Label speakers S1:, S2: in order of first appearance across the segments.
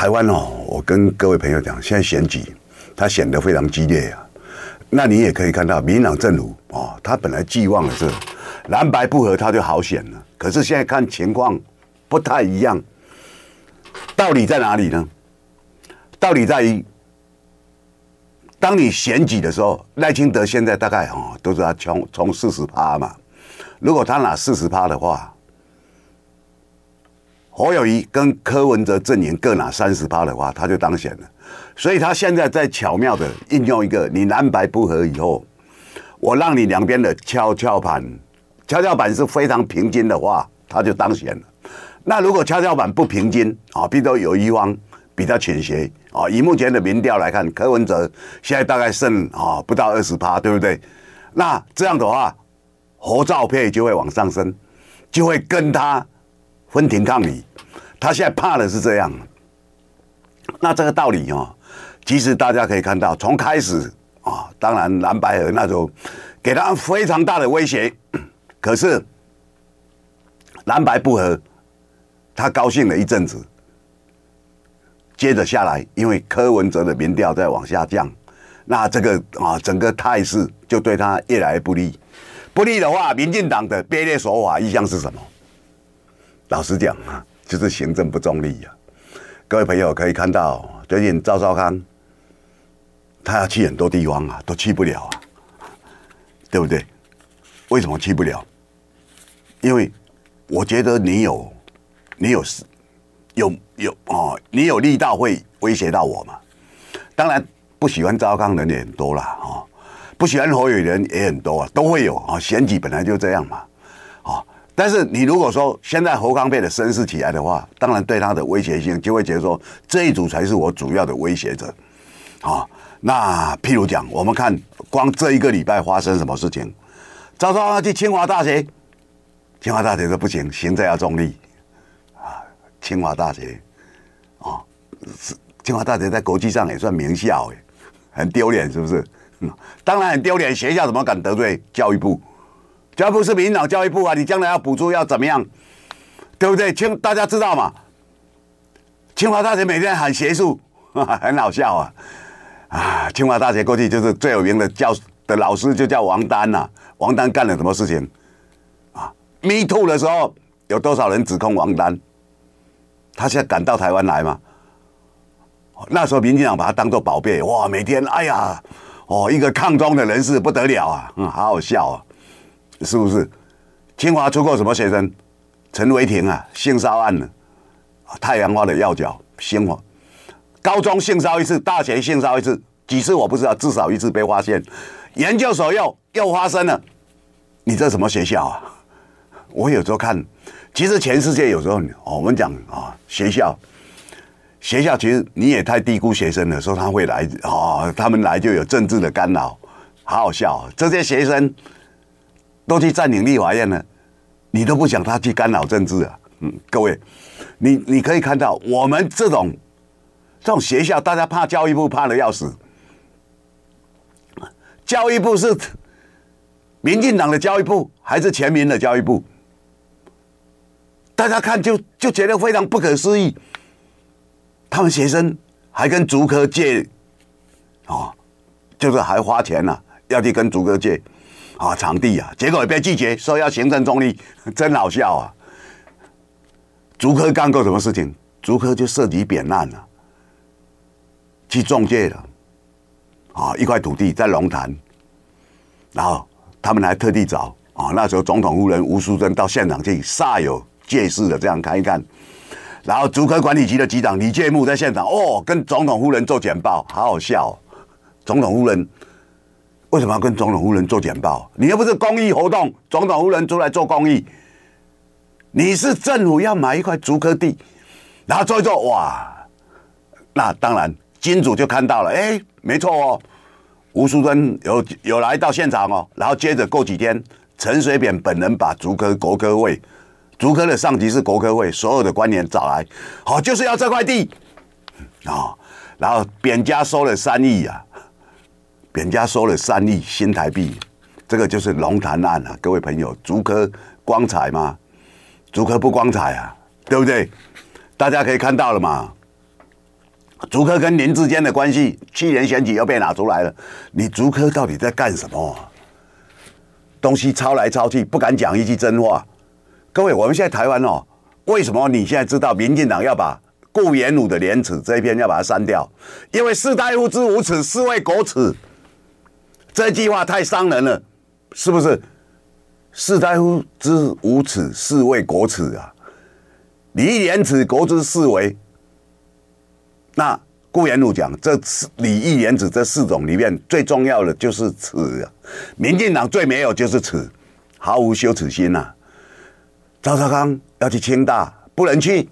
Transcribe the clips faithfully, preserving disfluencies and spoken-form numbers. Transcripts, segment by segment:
S1: 台湾哦，我跟各位朋友讲，现在选举它显得非常激烈啊。那你也可以看到，民进党政府哦，他本来寄望的是蓝白不合，他就好选了。可是现在看情况不太一样，道理在哪里呢？道理在于，当你选举的时候，赖清德现在大概哦都是他冲冲四十趴嘛。如果他拿四十趴的话，侯友宜跟柯文哲阵营各拿三十趴的话，他就当选了。所以他现在在巧妙的应用一个，你蓝白不合以后，我让你两边的跷跷板，跷跷板是非常平均的话，他就当选了。那如果跷跷板不平均啊，比如说有一方比较倾斜啊，以目前的民调来看，柯文哲现在大概剩啊不到二十趴，对不对？那这样的话，侯兆佩就会往上升，就会跟他分庭抗礼。他现在怕的是这样。那这个道理哦，其实大家可以看到，从开始啊，当然蓝白合那时候给他非常大的威胁，可是蓝白不合，他高兴了一阵子，接着下来，因为柯文哲的民调在往下降，那这个啊整个态势就对他越来越不利。不利的话，民进党的卑劣手法意向是什么？老实讲啊，就是行政不中立啊。各位朋友可以看到，最近赵少康他要去很多地方啊，都去不了啊，对不对？为什么去不了？因为我觉得你有，你有有有哦，你有力道会威胁到我嘛。当然不喜欢赵少康的人也很多啦，哦，不喜欢侯友宜的人也很多啊，都会有啊，选举本来就这样嘛，哦。但是你如果说现在侯康配的声势起来的话，当然对他的威胁性就会觉得说这一组才是我主要的威胁者，啊，那譬如讲，我们看光这一个礼拜发生什么事情，赵少康去清华大学，清华大学说不行，行政要中立，啊，清华大学，啊，清华大学在国际上也算名校哎，很丢脸是不是？嗯，当然很丢脸，学校怎么敢得罪教育部？教育部是民进党教育部啊，你将来要补助要怎么样，对不对？清大家知道嘛？清华大学每天喊学术，很好笑啊！啊，清华大学过去就是最有名的教的老师就叫王丹呐、啊。王丹干了什么事情？啊 ，Me Too 的时候有多少人指控王丹？他现在赶到台湾来嘛？那时候民进党把他当作宝贝，哇，每天哎呀，哦，一个抗中的人士不得了啊，嗯，好好笑啊。是不是？清华出过什么学生？陈为廷啊，性骚案呢？太阳花的要角，星火。高中性骚一次，大学性骚一次，几次我不知道，至少一次被发现。研究所又又发生了，你这什么学校啊？我有时候看，其实全世界有时候，哦、我们讲啊，学校，学校其实你也太低估学生了，说他会来啊、哦，他们来就有政治的干扰，好好笑、啊。这些学生。都去占领立法院了，你都不想他去干扰政治啊？嗯，各位，你你可以看到，我们这种这种学校，大家怕教育部怕得要死。教育部是民进党的教育部，还是全民的教育部？大家看就就觉得非常不可思议。他们学生还跟竹科借，哦，就是还花钱啊，要去跟竹科借。啊，场地啊，结果也被拒绝，说要行政中立，真好笑啊！竹科干过什么事情？竹科就涉及扁案了，去中介了，啊，一块土地在龙潭，然后他们还特地找啊，那时候总统夫人吴淑珍到现场去，煞有介事的这样看一看，然后竹科管理局的局长李介木在现场，哦，跟总统夫人做简报，好好笑、哦，总统夫人。为什么要跟总统夫人做简报？你又不是公益活动，总统夫人出来做公益，你是政府要买一块竹科地，然后做一做，哇，那当然金主就看到了，哎，没错哦，吴淑珍有有来到现场哦，然后接着过几天，陈水扁本人把竹科国科会，竹科的上级是国科会，所有的官员找来，好、哦，就是要这块地，啊、哦，然后扁家收了三亿啊。扁家收了三亿新台币，这个就是龙潭案啊，各位朋友，竹科光彩吗？竹科不光彩啊，对不对？大家可以看到了嘛， 竹科跟林之间的关系，去年选举又被拿出来了。你竹科到底在干什么、啊？东西抄来抄去，不敢讲一句真话。各位，我们现在台湾哦，为什么你现在知道民进党要把顾炎武的廉耻这一篇要把它删掉？因为士大夫之无耻，是谓国耻。这句话太伤人了，是不是？士大夫之无耻，是谓国耻啊！礼义廉耻，国之四维。那顾炎武讲，这礼义廉耻这四种里面最重要的就是耻啊！民进党最没有就是耻，毫无羞耻心呐、啊！赵少康要去清大，不能去；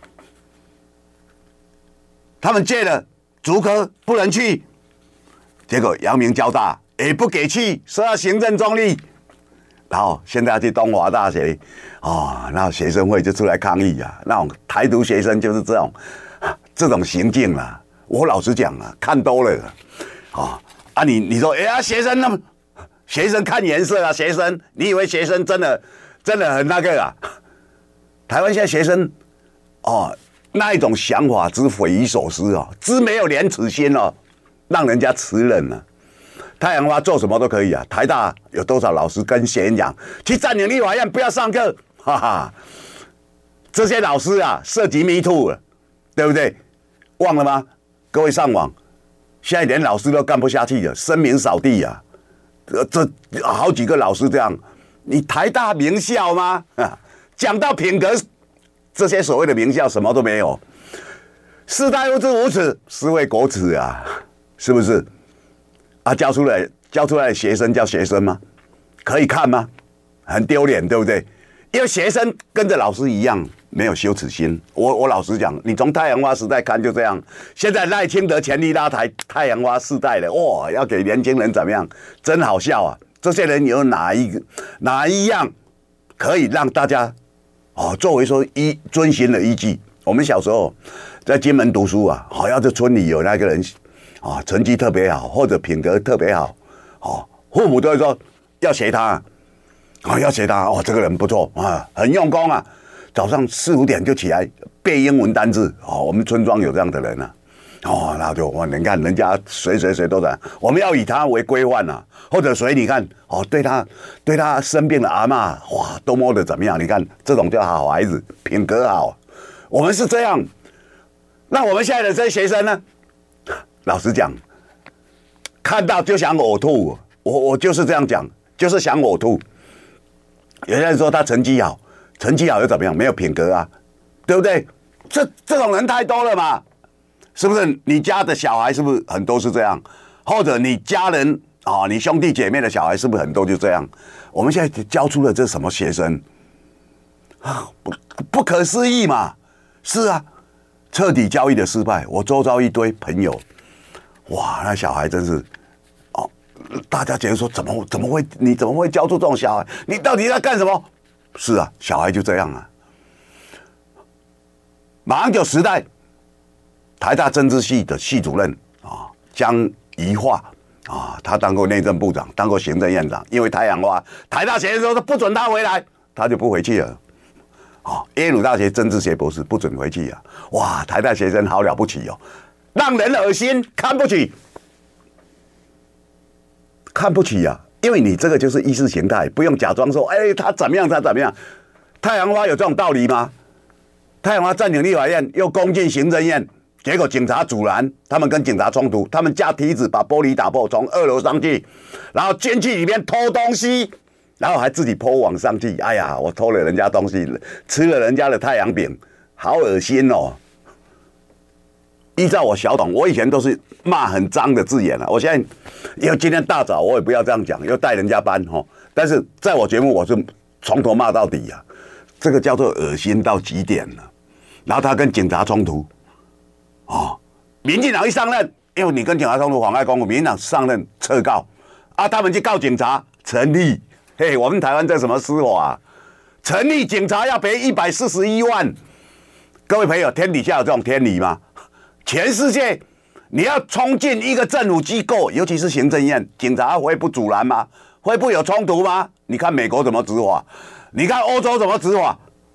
S1: 他们借了竹科，不能去。结果阳明交大也不给去，说要行政中立。然后现在要去东华大学，哦，那学生会就出来抗议啊！那种台独学生就是这种这种行径啊！我老实讲啊，看多了啊、哦、啊你！你你说，哎呀，学生那么学生看颜色啊，学生，你以为学生真的真的很那个啊？台湾现在学生哦，那一种想法之匪夷所思哦，之没有廉耻心哦，让人家耻忍啊！太阳花做什么都可以啊！台大有多少老师跟学员讲，去占领立法院，不要上课，哈哈！这些老师啊，涉及 Me Too 了，对不对？忘了吗？各位上网，现在连老师都干不下去了，声名扫地啊！这这好几个老师这样，你台大名校吗？啊，讲到品格，这些所谓的名校什么都没有，士大夫之无耻，是谓国耻啊！是不是？啊，教出来教出来的学生叫学生吗？可以看吗？很丢脸，对不对？因为学生跟着老师一样没有羞耻心。我我老实讲，你从太阳花时代看就这样。现在赖清德全力拉抬太阳花世代了，哇，要给年轻人怎么样？真好笑啊！这些人有哪一个哪一样可以让大家哦作为说依遵循的依据？我们小时候在金门读书啊，好、哦、要是村里有那个人啊、哦，成绩特别好或者品格特别好，哦，父母都会说要学他。啊、哦，要学他哦，这个人不错啊，很用功啊，早上四五点就起来背英文单字哦。我们村庄有这样的人啊，哦，那就哇，你看人家谁谁谁都这样，我们要以他为规范啊，或者谁你看哦，对他对他生病的阿嬷哇，多么的怎么样？你看这种叫好孩子，品格好，我们是这样。那我们现在的这些学生呢？老实讲，看到就想呕吐，我我就是这样讲，就是想嘔吐。有些人说他成绩好，成绩好又怎么样？没有品格啊，对不对？这这种人太多了嘛，是不是？你家的小孩是不是很多是这样？或者你家人啊、哦，你兄弟姐妹的小孩是不是很多就这样？我们现在教出了这什么学生啊？不不可思议嘛！是啊，彻底教育的失败。我周遭一堆朋友，哇，那小孩真是。大家觉得说怎么怎么会你怎么会教出这种小孩？你到底在干什么？是啊，小孩就这样啊。马英九时代，台大政治系的系主任啊，江宜桦啊，他当过内政部长，当过行政院长。因为太阳花，台大学生说不准他回来，他就不回去了。啊，耶鲁大学政治学博士不准回去啊！哇，台大学生好了不起哦，让人恶心，看不起。看不起啊，因为你这个就是意识形态，不用假装说，哎，他怎么样，他怎么样。太阳花有这种道理吗？太阳花占领立法院，又攻进行政院，结果警察阻拦，他们跟警察冲突，他们架梯子把玻璃打破，从二楼上去，然后进去里面偷东西，然后还自己泼网上去。哎呀，我偷了人家东西，吃了人家的太阳饼，好恶心哦！依照我小董，我以前都是骂很脏的字眼啊。我现在因为今天大早我也不要这样讲，又带人家班哈。但是在我节目我是从头骂到底啊，这个叫做恶心到极点了。然后他跟警察冲突，哦，民进党一上任，因为你跟警察冲突妨碍公务，民进党上任撤告啊，他们去告警察成立。嘿，我们台湾这什么司法啊？成立警察要赔一百四十一万。各位朋友，天底下有这种天理吗？全世界，你要冲进一个政府机构，尤其是行政院，警察会不阻拦吗？会不有冲突吗？你看美国怎么执法？你看欧洲怎么执法？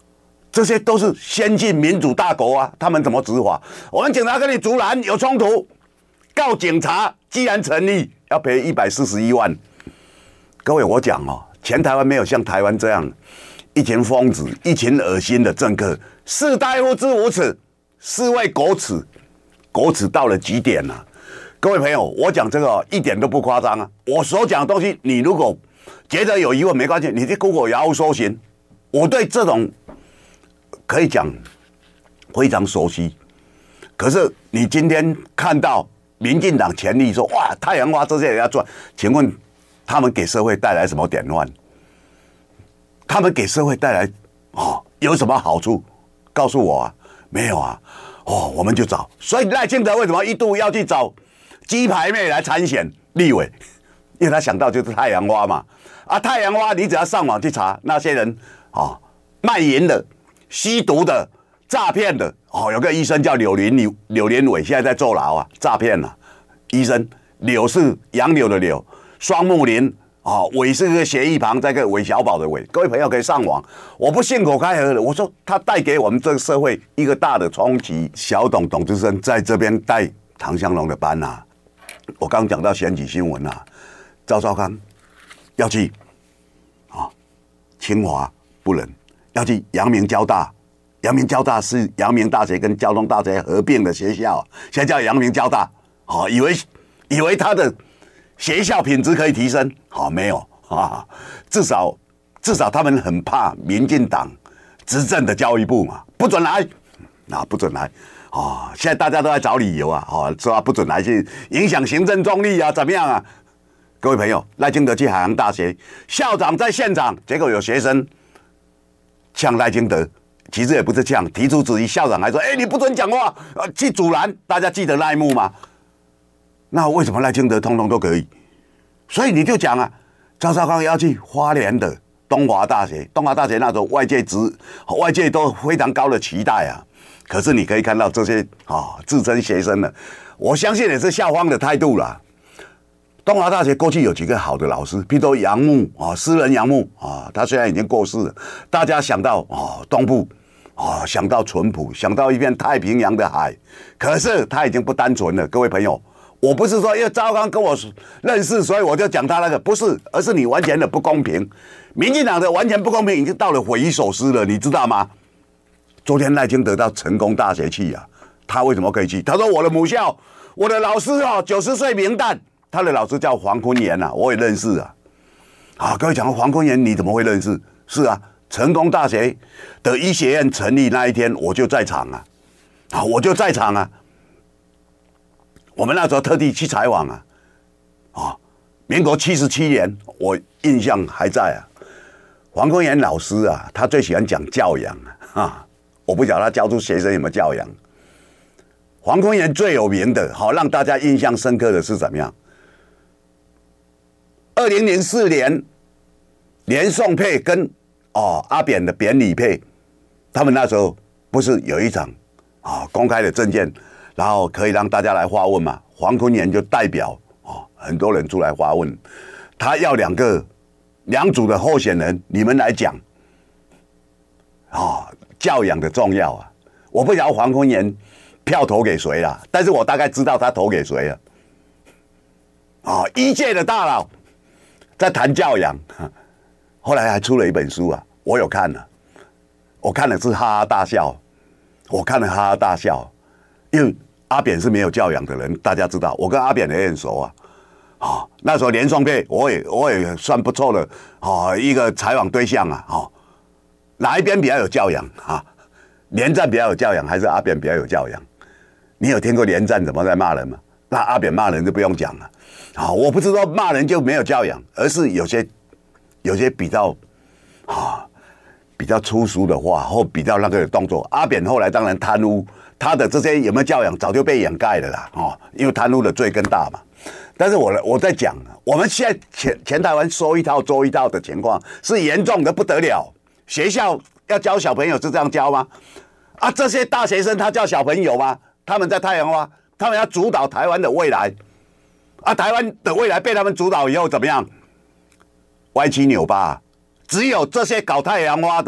S1: 这些都是先进民主大国啊，他们怎么执法？我们警察跟你竹篮有冲突，告警察，既然成立，要赔一百四十一万。各位，我讲哦，全台湾没有像台湾这样一群疯子、一群恶心的政客，士大夫之无耻，是谓狗耻，狗耻到了极点了、啊。各位朋友，我讲这个、哦、一点都不夸张啊！我所讲的东西，你如果觉得有疑问，没关系，你去 Google 雅虎搜寻。我对这种可以讲非常熟悉。可是你今天看到民进党全力说哇，太阳花这些人要赚，请问他们给社会带来什么典范？他们给社会带来哦有什么好处？告诉我啊，没有啊。哦，我们就找。所以赖清德为什么一度要去找鸡排妹来参选立委？因为他想到就是太阳花嘛。啊，太阳花，你只要上网去查那些人啊、哦，卖淫的、吸毒的、诈骗的。哦，有个医生叫柳林柳连伟，现在在坐牢啊，诈骗了。医生柳是杨柳的柳，双木林啊，伟是个斜一旁，再个韦小宝的韦。各位朋友可以上网，我不信口开河的，我说他带给我们这个社会一个大的冲击。小董董志生在这边带唐湘龙的班啊，我刚讲到选举新闻啊，赵少康要去啊，清华不能，要去阳明交大。阳明交大是阳明大学跟交通大学合并的学校，现在叫阳明交大。好、哦，以为以为他的学校品质可以提升，好、哦、没有啊？至少至少他们很怕民进党执政的教育部嘛，不准来，啊不准来啊、哦！现在大家都在找理由啊，哦说不准来去影响行政中立啊，怎么样啊？各位朋友，赖清德去海洋大学，校长在现场，结果有学生呛赖清德。其实也不是这样，提出质疑，校长还说：“哎、欸，你不准讲话，呃，去阻拦。”大家记得那一幕吗？那为什么赖清德通通都可以？所以你就讲啊，赵少康要去花莲的东华大学，东华大学那种外界值外界都非常高的期待啊。可是你可以看到这些啊、哦、自称学生的，我相信也是校方的态度啦。东华大学过去有几个好的老师，譬如说杨牧啊，诗人杨牧啊，他虽然已经过世了，大家想到哦东部。哦，想到淳朴，想到一片太平洋的海，可是他已经不单纯了。各位朋友，我不是说因为赵刚跟我认识，所以我就讲他那个，不是，而是你完全的不公平。民进党的完全不公平已经到了匪夷所思了，你知道吗？昨天赖清德到成功大学去啊，他为什么可以去？他说我的母校，我的老师哦，九十岁名旦，他的老师叫黄坤炎啊，我也认识啊。啊，各位讲黄坤炎，你怎么会认识？是啊。成功大学的医学院成立那一天，我就在场啊，啊，我就在场啊。我们那时候特地去采访啊，啊，民国七十七年，我印象还在啊。黄坤炎老师啊，他最喜欢讲教养啊，啊我不晓得他教出学生有没有教养。黄坤炎最有名的，好让大家印象深刻的是怎么样？二零零四年，连宋配跟哦，阿扁的扁李配，他们那时候不是有一场啊、哦、公开的政见，然后可以让大家来发问嘛？黄坤炎就代表哦很多人出来发问，他要两个两组的候选人，你们来讲啊、哦、教养的重要啊！我不晓得黄坤炎票投给谁啦，但是我大概知道他投给谁了。啊、哦，一届的大佬在谈教养。后来还出了一本书啊，我有看了，我看了是哈哈大笑，我看了哈哈大笑，因为阿扁是没有教养的人，大家知道，我跟阿扁也很熟啊，啊、哦，那时候连宋配我也我也算不错的啊、哦、一个采访对象啊，哦，哪一边比较有教养啊？连战比较有教养，还是阿扁比较有教养？你有听过连战怎么在骂人吗？那阿扁骂人就不用讲了，啊、哦，我不是说骂人就没有教养，而是有些。有些比较啊比较粗俗的话，或比较那个动作，阿扁后来当然贪污，他的这些有没有教养早就被掩盖了啦，哦，因为贪污的罪更大嘛。但是我我在讲，我们现在全全台湾说一套做一套的情况是严重的不得了。学校要教小朋友是这样教吗？啊，这些大学生他教小朋友吗？他们在太阳花，他们要主导台湾的未来，啊，台湾的未来被他们主导以后怎么样？歪七扭八，只有这些搞太阳花的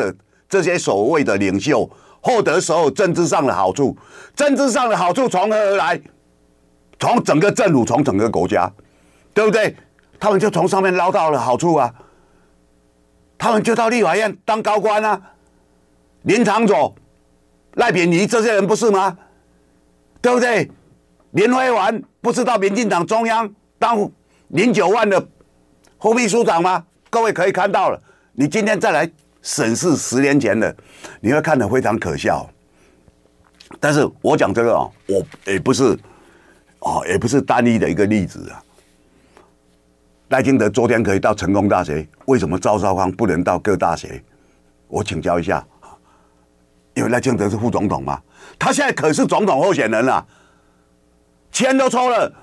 S1: 这些所谓的领袖获得所有政治上的好处，政治上的好处从何而来？从整个政府，从整个国家，对不对？他们就从上面捞到了好处啊，他们就到立法院当高官啊，林昶佐、赖品妤这些人不是吗？对不对？林辉环不是到民进党中央当零九万的副秘书长吗？各位可以看到了，你今天再来审视十年前的，你会看得非常可笑。但是我讲这个哦，我也不是哦，也不是单一的一个例子啊。赖清德昨天可以到成功大学，为什么赵少康不能到各大学？我请教一下，因为赖清德是副总统嘛，他现在可是总统候选人了，签都抽了，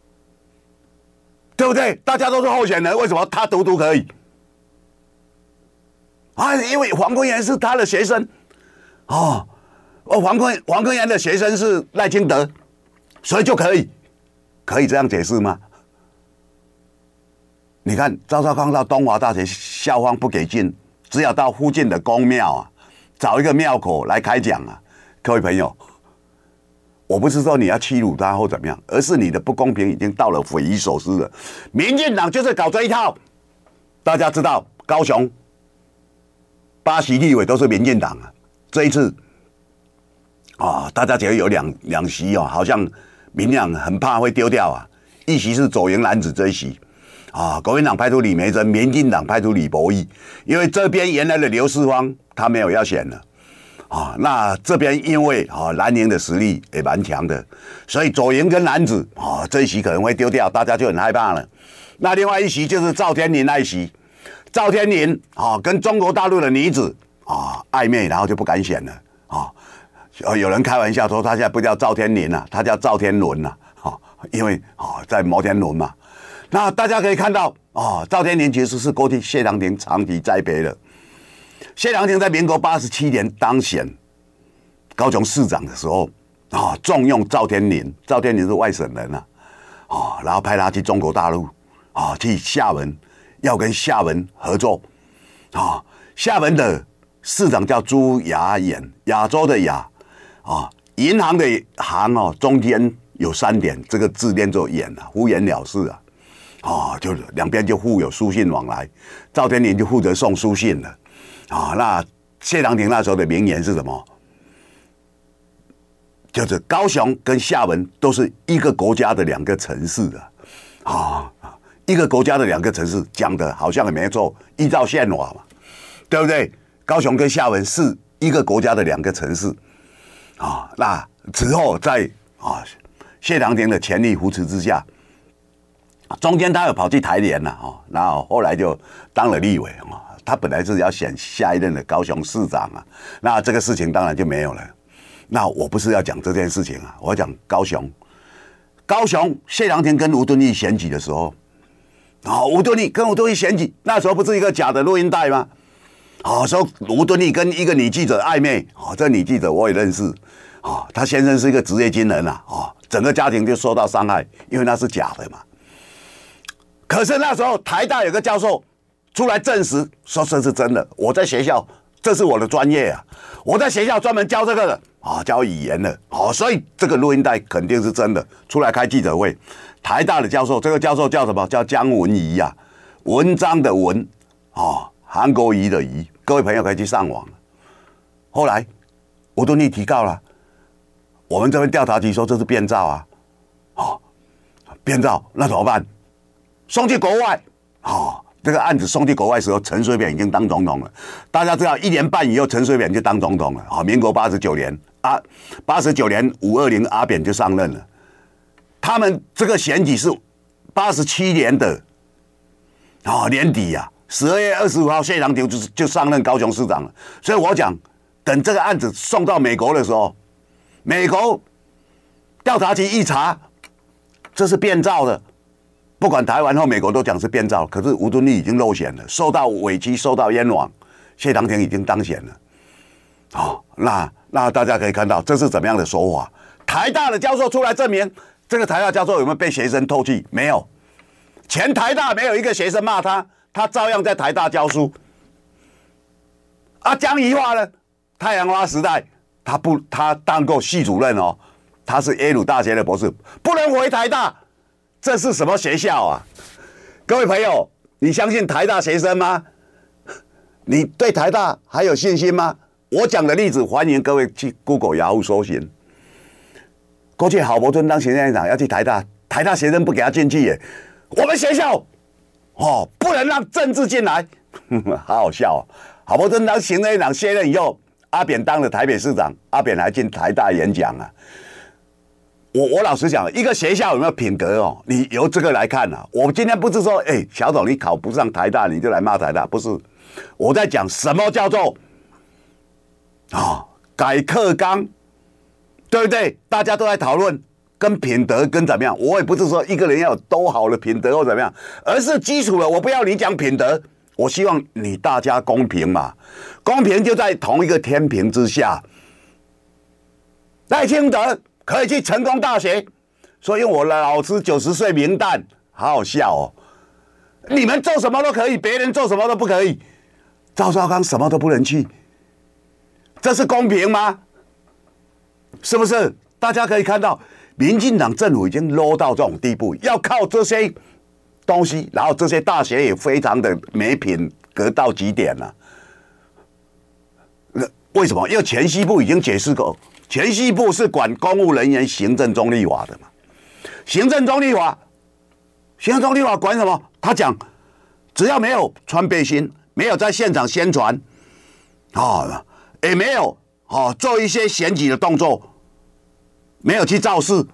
S1: 对不对？大家都是候选人，为什么他独独可以？啊，因为黄坤元是他的学生，哦，哦，黄坤黄坤元的学生是赖清德，所以就可以，可以这样解释吗？你看赵少康到东华大学校方不给进，只要到附近的公庙啊，找一个庙口来开讲啊。各位朋友，我不是说你要欺辱他或怎么样，而是你的不公平已经到了匪夷所思了。民进党就是搞这一套，大家知道高雄八席立委都是民进党啊，这一次啊、哦，大家觉得有两两席哦，好像民进党很怕会丢掉啊，一席是左营男子这一席。啊，国民党派出李眉蓁，民进党派出李博义，因为这边原来的刘世芳他没有要选了，啊，那这边因为啊蓝营的实力也蛮强的，所以左营跟男子啊这一席可能会丢掉，大家就很害怕了。那另外一席就是赵天麟那一席，赵天麟啊跟中国大陆的女子啊暧昧，然后就不敢选了啊。有人开玩笑说他现在不叫赵天麟了，他叫赵天伦了，啊，因为啊在摩天轮嘛。那大家可以看到啊，赵天麟其实是过去谢长廷长期栽培的。谢长廷在民国八十七年当选高雄市长的时候啊，重用赵天麟，赵天麟是外省人啊，啊，然后派他去中国大陆啊，去厦门，要跟厦门合作啊。厦门的市长叫朱亚演，亚洲的亚啊，银行的行哦，中间有三点，这个字念作演啊，敷衍了事啊。啊，就两边就互有书信往来，赵天麟就负责送书信了，啊，那谢长廷那时候的名言是什么？就是高雄跟厦门都是一个国家的两个城市啊，啊，一个国家的两个城市，讲的好像也没错，依照宪法嘛，对不对？高雄跟厦门是一个国家的两个城市，啊，那之后在啊谢长廷的全力扶持之下。中间他有跑去台联了啊，然后后来就当了立委啊。他本来是要选下一任的高雄市长啊，那这个事情当然就没有了。那我不是要讲这件事情啊，我要讲高雄。高雄谢长廷跟吴敦义选举的时候，啊，吴敦义跟吴敦义选举，那时候不是一个假的录音带吗？啊，说吴敦义跟一个女记者暧昧，啊，这女记者我也认识，啊，他先生是一个职业军人啊，啊，整个家庭就受到伤害，因为那是假的嘛。可是那时候台大有个教授出来证实说这是真的，我在学校这是我的专业啊，我在学校专门教这个的啊，教语言的哦，所以这个录音带肯定是真的。出来开记者会，台大的教授，这个教授叫什么？叫江文仪啊，文章的文啊，韩国瑜的瑜，各位朋友可以去上网。后来吴敦义提告了，我们这边调查局说这是变造啊，哦，变造那怎么办？送去国外，哦，这个案子送去国外的时候，陈水扁已经当总统了。大家知道，一年半以后，陈水扁就当总统了。啊、哦，民国八十九年啊，八十九年五二零阿扁就上任了。他们这个选举是八十七年的，啊、哦、年底呀、啊，十二月二十五号，谢长廷就就上任高雄市长了。所以我讲，等这个案子送到美国的时候，美国调查局一查，这是变造的。不管台湾或美国都讲是变造，可是吴敦义已经落选了，受到委屈，受到冤枉，谢长廷已经当选了。哦，那那大家可以看到这是怎么样的手法？台大的教授出来证明，这个台大教授有没有被学生唾弃？没有，全台大没有一个学生骂他，他照样在台大教书。 啊，江宜桦呢？太阳花时代，他不，他当过系主任哦，他是耶鲁大学的博士，不能回台大，这是什么学校啊？各位朋友，你相信台大学生吗？你对台大还有信心吗？我讲的例子，欢迎各位去 Google 雅虎搜寻。过去郝柏村当行政院长要去台大，台大学生不给他进去耶。我们学校哦，不能让政治进来，好好笑哦。郝柏村当行政院长卸任以后，阿扁当了台北市长，阿扁还进台大演讲啊。我我老实讲，一个学校有没有品格哦，你由这个来看啊。我今天不是说，哎、欸，小董你考不上台大你就来骂台大，不是。我在讲什么叫做啊、哦、改课纲，对不对？大家都在讨论跟品德跟怎么样。我也不是说一个人要有多好的品德或怎么样，而是基础了。我不要你讲品德，我希望你大家公平嘛。公平就在同一个天平之下。赖清德可以去成功大学，所以我老师九十岁名旦，好好笑哦。你们做什么都可以，别人做什么都不可以。赵少康什么都不能去，这是公平吗？是不是？大家可以看到，民進黨政府已經 low 到这种地步，要靠这些东西，然后这些大学也非常的没品格到极点了、啊。为什么？因为前西部已经解释过，前西部是管公务人员行政中立法的嘛。行政中立法，行政中立法管什么？他讲，只要没有穿背心。没有在现场宣传，啊，也没有啊做一些选举的动作，没有去造势，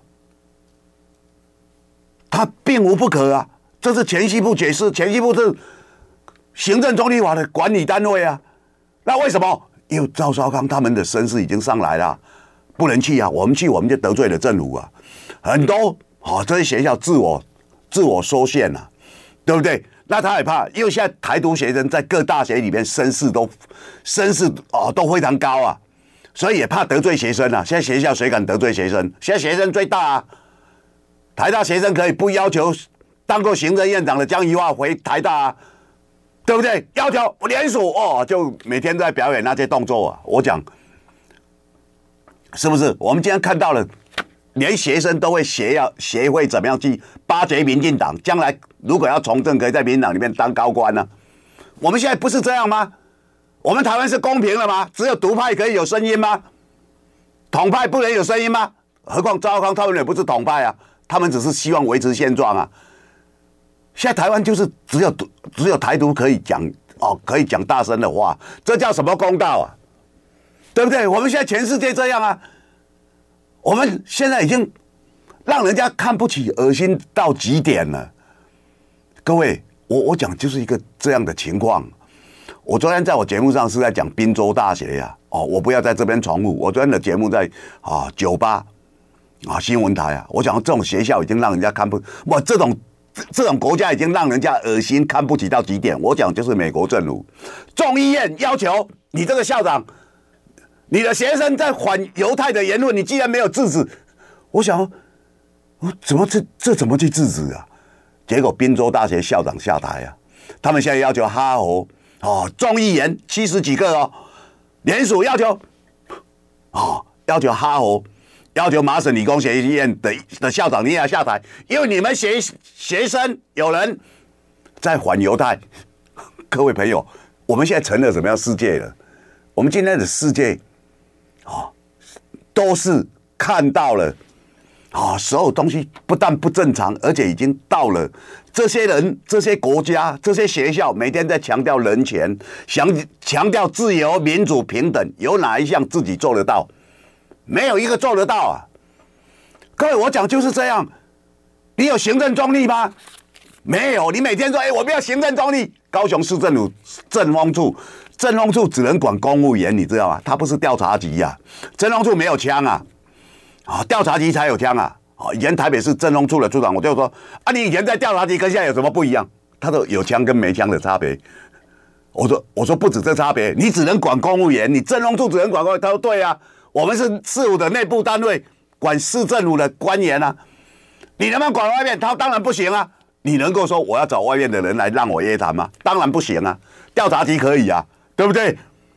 S1: 他并无不可啊。这是前西部解释，前西部是行政中立法的管理单位啊。那为什么？因为赵少康他们的声势已经上来了，不能去啊。我们去我们就得罪了政府啊。很多啊这些学校自我自我缩限啊，对不对？那他也怕，因为现在台独学生在各大学里面声势都声势哦都非常高啊，所以也怕得罪学生啊。现在学校谁敢得罪学生？现在学生最大啊，台大学生可以不要求当过行政院长的江宜桦回台大啊，对不对？要求联署哦，就每天都在表演那些动作啊。我讲是不是？我们今天看到了。连学生都会学要学会怎么样去巴结民进党，将来如果要从政，可以在民进党里面当高官呢、啊？我们现在不是这样吗？我们台湾是公平了吗？只有独派可以有声音吗？统派不能有声音吗？何况赵少康他们也不是统派啊，他们只是希望维持现状啊。现在台湾就是只有只有台独可以讲哦，可以讲大声的话，这叫什么公道啊？对不对？我们现在全世界这样啊。我们现在已经让人家看不起、恶心到极点了。各位，我我讲就是一个这样的情况。我昨天在我节目上是在讲宾州大学呀、啊，哦，我不要在这边重复。我昨天的节目在啊九八啊新闻台啊，我讲这种学校已经让人家看不，哇，这种这种国家已经让人家恶心、看不起到极点。我讲就是美国政府，众议院要求你这个校长。你的学生在反犹太的言论，你既然没有制止，我想，我怎么这这怎么去制止啊？结果宾州大学校长下台啊，他们现在要求哈佛哦众议员七十几个哦，联署要求哦要求哈佛，要求麻省理工学院的的校长你也要下台，因为你们学学生有人在反犹太。各位朋友，我们现在成了什么样世界了？我们今天的世界。哦，都是看到了啊、哦，所有东西不但不正常，而且已经到了这些人、这些国家、这些学校每天在强调人权，强强调自由、民主、平等，有哪一项自己做得到？没有一个做得到啊！各位，我讲就是这样。你有行政中立吗？没有。你每天说，哎，我们要行政中立。高雄市政府政风处。政风处只能管公务员，你知道吗？他不是调查局呀、啊，政风处没有枪啊，啊，调查局才有枪啊。以前台北市政风处的处长，我就说啊，你以前在调查局跟现在有什么不一样？他说有枪跟没枪的差别。我说我说不止这差别，你只能管公务员，你政风处只能管公务员。他说对啊，我们是市府的内部单位，管市政府的官员啊，你能不能管外面？他当然不行啊。你能够说我要找外面的人来让我约谈吗？当然不行啊。调查局可以啊。对不对？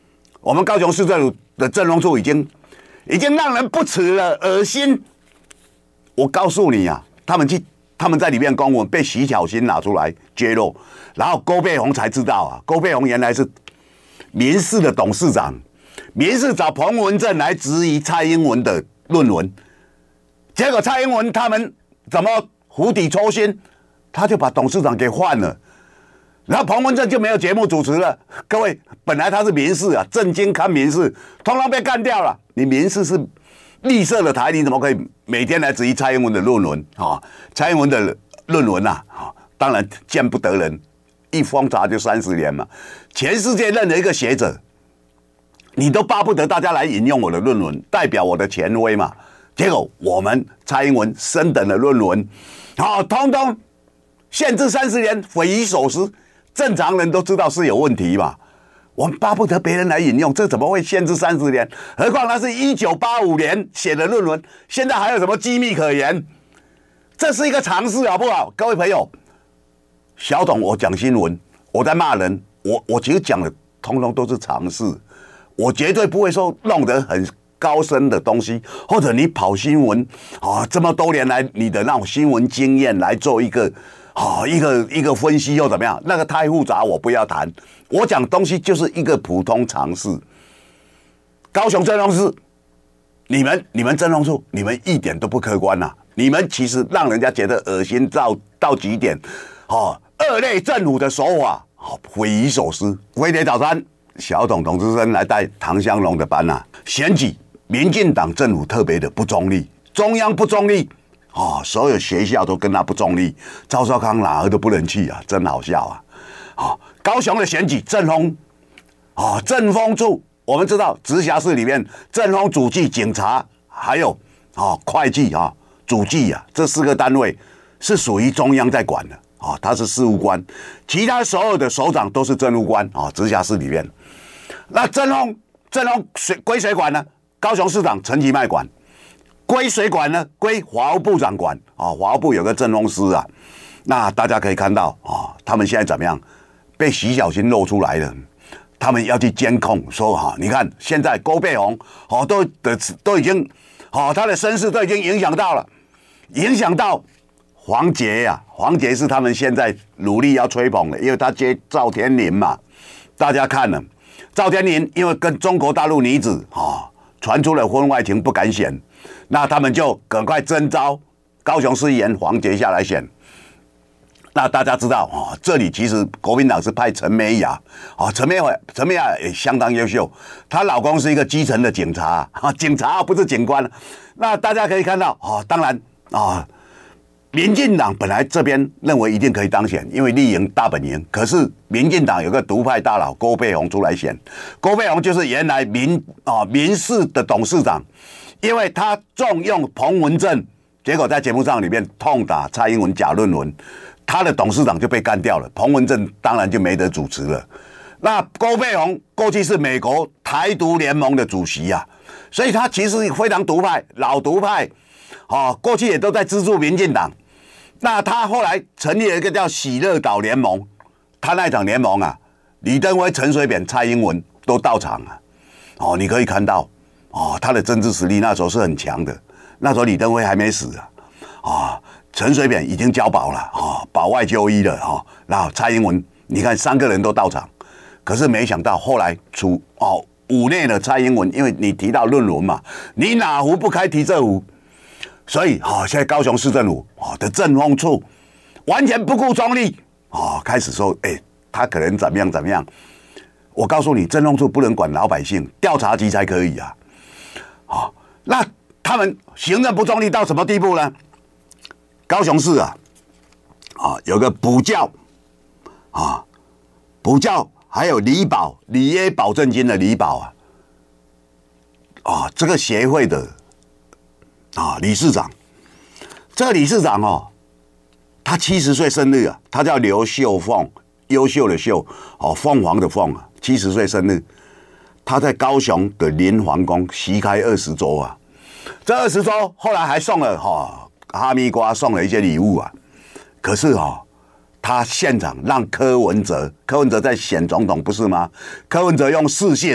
S1: 我们高雄市政府的政风处已经已经让人不齿了，恶心。我告诉你啊，他们去他们在里面公文被徐巧芯拿出来揭露，然后郭背宏才知道啊，郭背宏原来是民视的董事长，民视找彭文正来质疑蔡英文的论文，结果蔡英文他们怎么釜底抽薪，他就把董事长给换了。然后彭文正就没有节目主持了。各位，本来他是民视啊，正经看民视，通通被干掉了。你民视是绿色的台，你怎么可以每天来质疑蔡英文的论文啊？蔡英文的论文呐，啊，当然见不得人，一封查就三十年嘛。全世界任何一个学者，你都巴不得大家来引用我的论文，代表我的权威嘛。结果我们蔡英文升等的论文，好，通通限制三十年，匪夷所思。正常人都知道是有问题嘛，我们巴不得别人来引用，这怎么会限制三十年？何况他是一九八五年写的论文，现在还有什么机密可言？这是一个常识，好不好？各位朋友，小董，我讲新闻，我在骂人，我我其实讲的通通都是常识，我绝对不会说弄得很高深的东西，或者你跑新闻啊，这么多年来你的那种新闻经验来做一个。好、哦，一个一个分析又怎么样？那个太复杂，我不要谈。我讲东西就是一个普通常识。高雄政风室，你们你们政风处，你们一点都不客观呐、啊！你们其实让人家觉得恶心到到极点。哦，二类政府的手法，哦，匪夷所思。飞碟早餐，小董董志生来带唐湘龙的班呐、啊。选举，民进党政府特别的不中立，中央不中立。哦，所有学校都跟他不中立，赵少康哪儿都不能去啊，真好笑啊！哦，高雄的选举政风，哦，政风处我们知道，直辖市里面政风、主计、警察，还有哦会计啊、哦、主计啊，这四个单位是属于中央在管的哦，他是事务官，其他所有的首长都是政务官哦，直辖市里面，那政风政风谁归谁管呢？高雄市长陈其迈管。归谁管呢？归华务部长管啊、哦！华务部有个政风司啊，那大家可以看到啊、哦，他们现在怎么样？被徐小芯露出来了，他们要去监控，说哈、哦，你看现在郭背宏哦，都的都已经哦，他的身世都已经影响到了，影响到黄捷呀、啊，黄捷是他们现在努力要吹捧的，因为他接赵天麟嘛，大家看了，赵天麟因为跟中国大陆女子啊、哦、传出了婚外情，不敢选。那他们就赶快征召高雄市议员黄捷下来选。那大家知道哦，这里其实国民党是派陈美雅哦，陈美雅陈美雅也相当优秀，她老公是一个基层的警察啊，警察不是警官。那大家可以看到哦，当然啊、哦，民进党本来这边认为一定可以当选，因为立营大本营。可是民进党有个独派大佬郭背宏出来选，郭背宏就是原来民啊、哦、民视的董事长。因为他重用彭文正，结果在节目上里面痛打蔡英文假论文，他的董事长就被干掉了，彭文正当然就没得主持了。那郭背宏过去是美国台独联盟的主席啊，所以他其实非常独派，老独派，哦，过去也都在资助民进党。那他后来成立了一个叫喜乐岛联盟，他那场联盟啊，李登辉、陈水扁、蔡英文都到场啊，哦，你可以看到。哦，他的政治实力那时候是很强的。那时候李登辉还没死啊，啊、哦，陈水扁已经交保了啊、哦，保外就医了啊、哦。然后蔡英文，你看三个人都到场，可是没想到后来出哦五内的蔡英文，因为你提到论文嘛，你哪壶不开提这壶，所以啊、哦，现在高雄市政府啊的政风处完全不顾中立啊、哦，开始说，哎，他可能怎么样怎么样。我告诉你，政风处不能管老百姓，调查局才可以啊。哦，那他们行政不中立到什么地步呢？高雄市啊，啊有个补教啊，补教还有理保里耶保证金的理保啊，啊这个协会的啊理事长，这个理事长哦，他七十岁生日啊，他叫刘秀凤，优秀的秀哦，凤凰的凤啊，七十岁生日。他在高雄的林皇宫席开二十桌啊，这二十桌后来还送了哈、哦、哈密瓜，送了一些礼物啊。可是哈、哦，他现场让柯文哲，柯文哲在选总统不是吗？柯文哲用视讯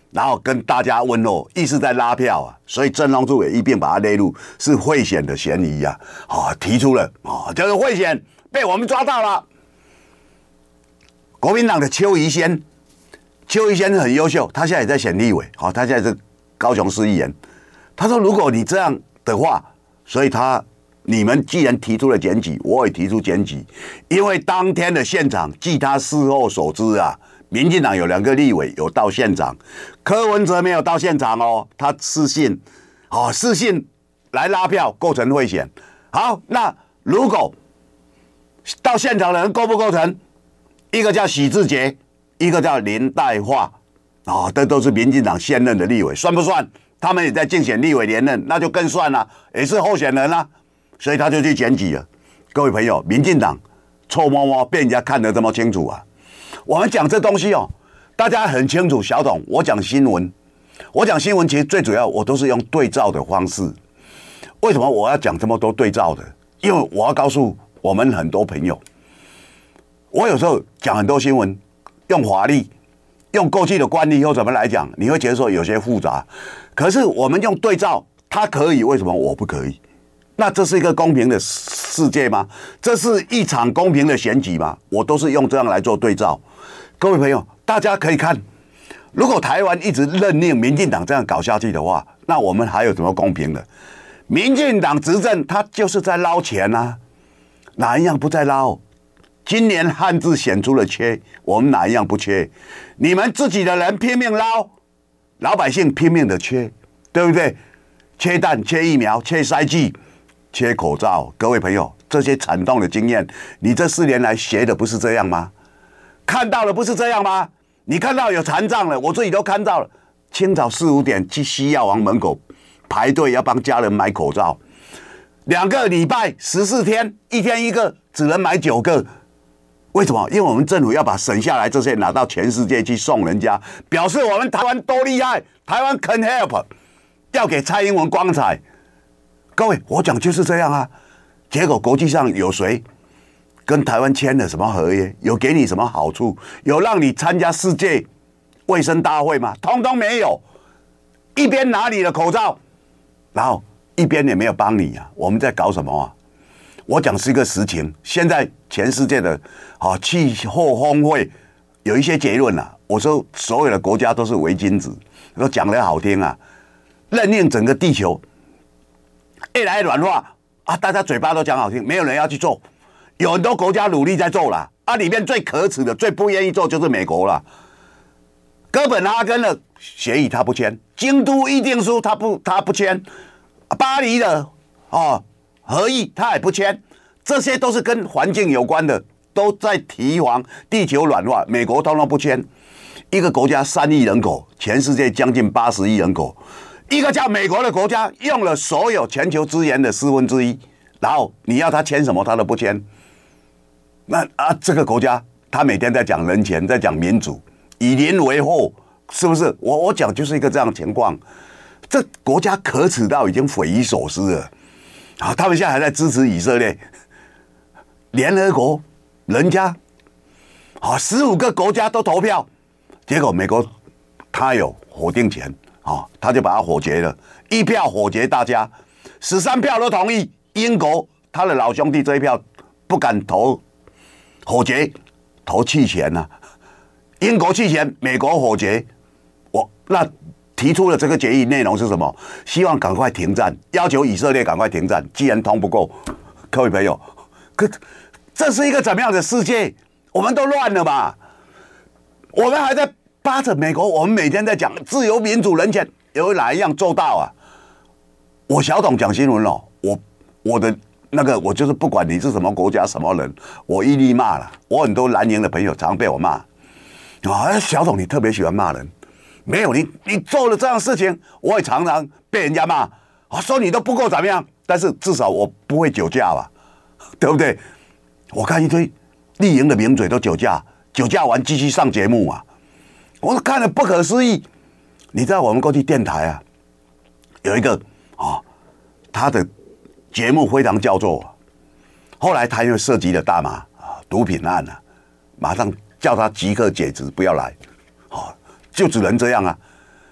S1: 然后跟大家问候，意思在拉票啊，所以郑龙柱也一并把他列入是贿选的嫌疑啊，啊、哦，提出了啊、哦，这个贿选被我们抓到了。国民党的邱怡先，邱怡先很优秀，他现在也在选立委，好、哦，他现在是高雄市议员。他说，如果你这样的话，所以他你们既然提出了检举，我也提出检举，因为当天的现场，据他事后所知啊。民进党有两个立委有到现场，柯文哲没有到现场哦，他视讯，哦视讯来拉票构成贿选。好，那如果到现场的人构不构成？一个叫许志杰，一个叫林岱樺，哦，这都是民进党现任的立委，算不算？他们也在竞选立委连任，那就更算了，也是候选人啊，所以他就去检举了。各位朋友，民进党臭摸摸被人家看得这么清楚啊！我们讲这东西哦，大家很清楚。小董，我讲新闻，我讲新闻，其实最主要我都是用对照的方式。为什么我要讲这么多对照的？因为我要告诉我们很多朋友，我有时候讲很多新闻，用法律、用过去的惯例或怎么来讲，你会觉得说有些复杂。可是我们用对照，它可以，为什么我不可以？那这是一个公平的世界吗？这是一场公平的选举吗？我都是用这样来做对照。各位朋友，大家可以看，如果台湾一直任命民进党这样搞下去的话，那我们还有什么公平的？民进党执政，他就是在捞钱啊，哪一样不在捞？今年汉字显出了缺，我们哪一样不缺？你们自己的人拼命捞，老百姓拼命的缺，对不对？缺蛋、缺疫苗、缺筛剂、缺口罩。各位朋友，这些惨痛的经验，你这四年来学的不是这样吗？看到了不是这样吗？你看到有残障了，我自己都看到了。清早四五点去西药王门口排队，要帮家人买口罩，两个礼拜十四天，一天一个，只能买九个。为什么？因为我们政府要把省下来这些拿到全世界去送人家，表示我们台湾多厉害，台湾 can help， 要给蔡英文光彩。各位，我讲就是这样啊。结果国际上有谁跟台湾签了什么合约？有给你什么好处？有让你参加世界卫生大会吗？通通没有。一边拿你的口罩，然后一边也没有帮你啊。我们在搞什么啊？我讲是一个实情。现在全世界的啊气候峰会有一些结论啊。我说所有的国家都是伪君子，都讲得好听啊，任令整个地球越来越软化啊，大家嘴巴都讲好听，没有人要去做。有很多国家努力在做了啊，里面最可耻的、最不愿意做就是美国了。哥本哈根的协议他不签，京都议定书他不他不签，巴黎的哦合议他也不签，这些都是跟环境有关的，都在提防地球暖化，美国通通不签。一个国家三亿人口，全世界将近八十亿人口，一个叫美国的国家用了所有全球资源的四分之一，然后你要他签什么他都不签。那啊，这个国家他每天在讲人权，在讲民主，以邻为后，是不是？我我讲就是一个这样的情况。这国家可耻到已经匪夷所思了。啊，他们现在还在支持以色列。联合国人家啊，十五个国家都投票，结果美国他有否定权啊，他就把它否决了，一票否决大家，十三票都同意。英国他的老兄弟这一票不敢投。否决，投弃权呐、啊，英国弃权，美国否决。我那提出了这个决议内容是什么？希望赶快停战，要求以色列赶快停战。既然通不过，各位朋友，可这是一个怎么样的世界？我们都乱了嘛！我们还在扒着美国，我们每天在讲自由、民主、人权，有哪一样做到啊？我小董讲新闻了，我我的。那个我就是不管你是什么国家什么人，我一律骂了。我很多蓝营的朋友常被我骂啊，小董你特别喜欢骂人，没有你你做了这样的事情，我也常常被人家骂，啊说你都不够怎么样，但是至少我不会酒驾吧，对不对？我看一堆绿营的名嘴都酒驾，酒驾完继续上节目啊，我看了不可思议。你知道我们过去电台啊，有一个啊，他的。节目非常叫座，后来他因为涉及了大麻啊毒品案啊，马上叫他即刻解职，不要来，哦，就只能这样啊。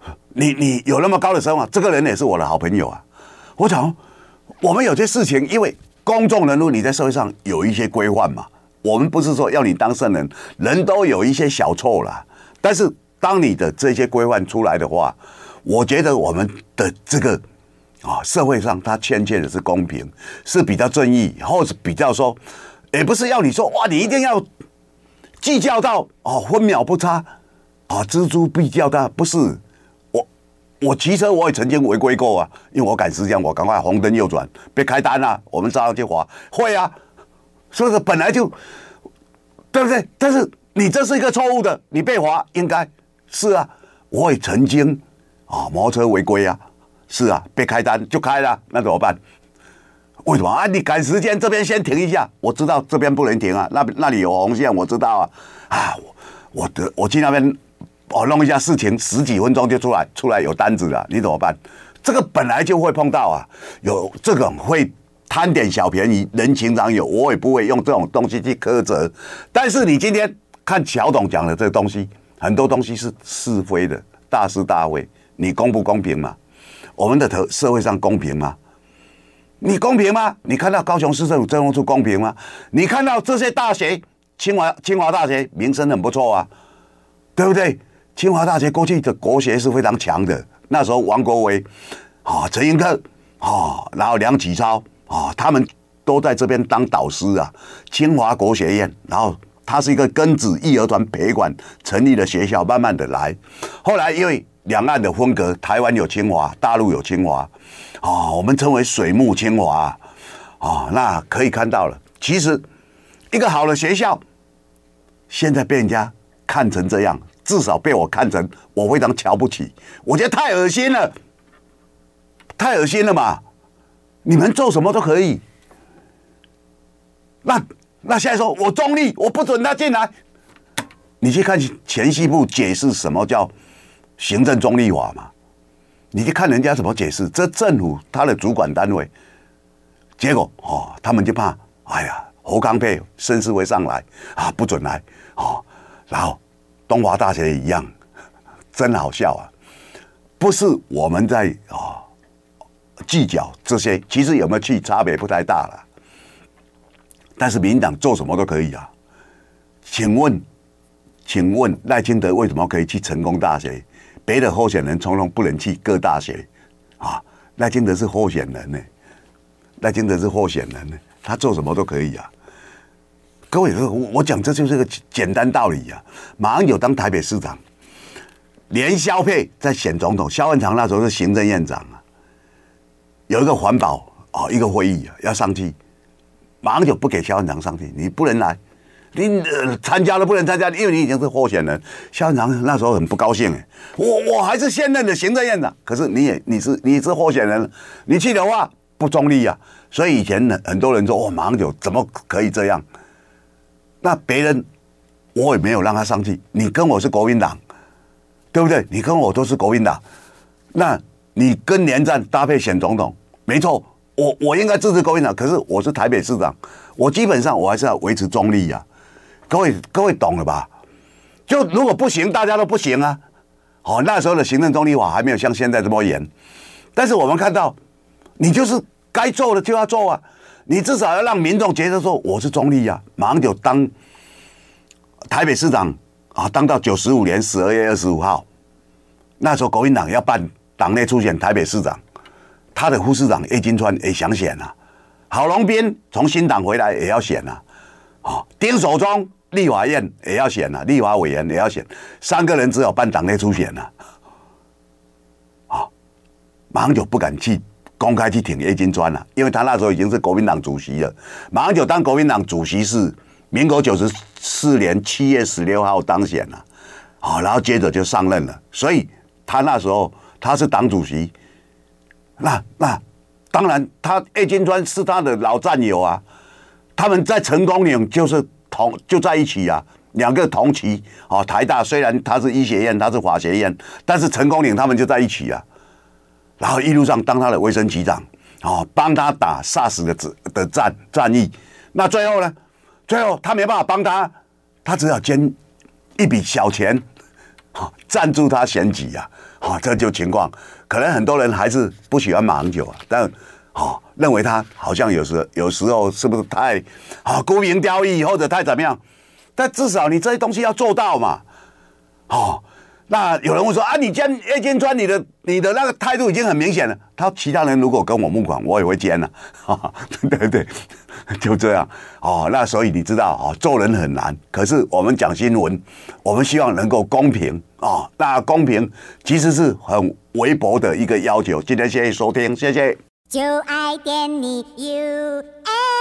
S1: 你你有那么高的声望，这个人也是我的好朋友啊。我讲，我们有些事情，因为公众人物你在社会上有一些规范嘛，我们不是说要你当圣人，人都有一些小错啦。但是当你的这些规范出来的话，我觉得我们的这个啊社会上它欠缺的是公平，是比较正义，或者比较说，也不是要你说哇，你一定要计较到哦分秒不差啊，锱铢必较大，不是。我骑车我也曾经违规过啊，因为我赶时间，我赶快红灯右转，别开单啊，我们照上去罚，会啊，所以说本来就对不对？但是你这是一个错误的，你被罚应该是啊，我也曾经啊摩托车违规啊，是啊，被开单就开了，那怎么办？为什么啊？你赶时间这边先停一下，我知道这边不能停啊，那那里有红线，我知道啊，啊，我我的我去那边。哦，弄一下事情，十几分钟就出来，出来有单子了，你怎么办？这个本来就会碰到啊，有这种会贪点小便宜，人情常有，我也不会用这种东西去苛责。但是你今天看乔董讲的这个东西，很多东西是是非的，大是大非，你公不公平嘛？我们的社会上公平吗？你公平吗？你看到高雄市政府政风处公平吗？你看到这些大学，清华清华大学名声很不错啊，对不对？清华大学过去的国学是非常强的，那时候王国维、啊陈寅恪、啊然后梁启超啊，他们都在这边当导师啊。清华国学院，然后它是一个庚子义和团培管成立的学校，慢慢的来。后来因为两岸的分隔，台湾有清华，大陆有清华，啊，我们称为水木清华啊。那可以看到了，其实一个好的学校，现在被人家看成这样。至少被我看成我非常瞧不起，我觉得太恶心了，太恶心了嘛！你们做什么都可以，那那现在说我中立，我不准他进来。你去看前系部解释什么叫行政中立法嘛？你去看人家怎么解释，这政府他的主管单位，结果哦，他们就怕，哎呀，侯康沛、申思维上来啊，不准来哦，然后。东华大学也一样，真好笑啊！不是我们在啊、哦、计较这些，其实有没有去差别不太大了。但是民进党做什么都可以啊。请问，请问赖清德为什么可以去成功大学？别的候选人通通不能去各大学啊？赖清德是候选人呢，赖清德是候选人呢，他做什么都可以啊。各位，我讲这就是个简单道理啊。马英九当台北市长，连萧佩在选总统，萧文长那时候是行政院长啊，有一个环保哦一个会议啊要上去，马英九不给萧文长上去，你不能来，你呃参加都不能参加，因为你已经是候选人。萧文长那时候很不高兴哎，我我还是现任的行政院长，可是你也你是你是候选人，你去的话不中立啊。所以以前很多人说哦，马英九怎么可以这样？那别人我也没有让他上去，你跟我是国民党，对不对？你跟我都是国民党，那你跟连战搭配选总统，没错，我我应该支持国民党，可是我是台北市长，我基本上我还是要维持中立呀、啊。各位各位懂了吧？就如果不行，大家都不行啊。哦，那时候的行政中立法还没有像现在这么严，但是我们看到，你就是该做的就要做啊。你至少要让民众觉得说我是中立啊。马英九当台北市长啊，当到九十五年十二月二十五号，那时候国民党要办党内初选台北市长，他的副市长叶金川也想选啊，郝龙斌从新党回来也要选啊，啊，丁守中立法院也要选啊，立法委员也要选，三个人只有办党内初选啊，啊，马英九不敢去。公开去挺叶金川了、啊，因为他那时候已经是国民党主席了。马英九当国民党主席是民国九十四年七月十六号当选了、啊，啊，然后接着就上任了。所以他那时候他是党主席，那那当然他叶金川是他的老战友啊，他们在成功岭就是同就在一起啊，两个同期啊。台大虽然他是医学院，他是法学院，但是成功岭他们就在一起啊。然后一路上当他的卫生局长，哦，帮他打 SARS 的的战战役。那最后呢？最后他没办法帮他，他只好捐一笔小钱， 哈赞助他选举啊，哈这就情况，可能很多人还是不喜欢马英九啊，但哈认为他好像有时有时候是不是太啊沽名钓誉或者太怎么样？但至少你这些东西要做到嘛，哦。那有人会说啊，你兼叶建川，你的你的那个态度已经很明显了。他其他人如果跟我募款，我也会兼了、啊，对对对，就这样哦。那所以你知道哦，做人很难，可是我们讲新闻，我们希望能够公平啊、哦。那公平其实是很微薄的一个要求。今天谢谢收听，谢谢。就爱点你 U F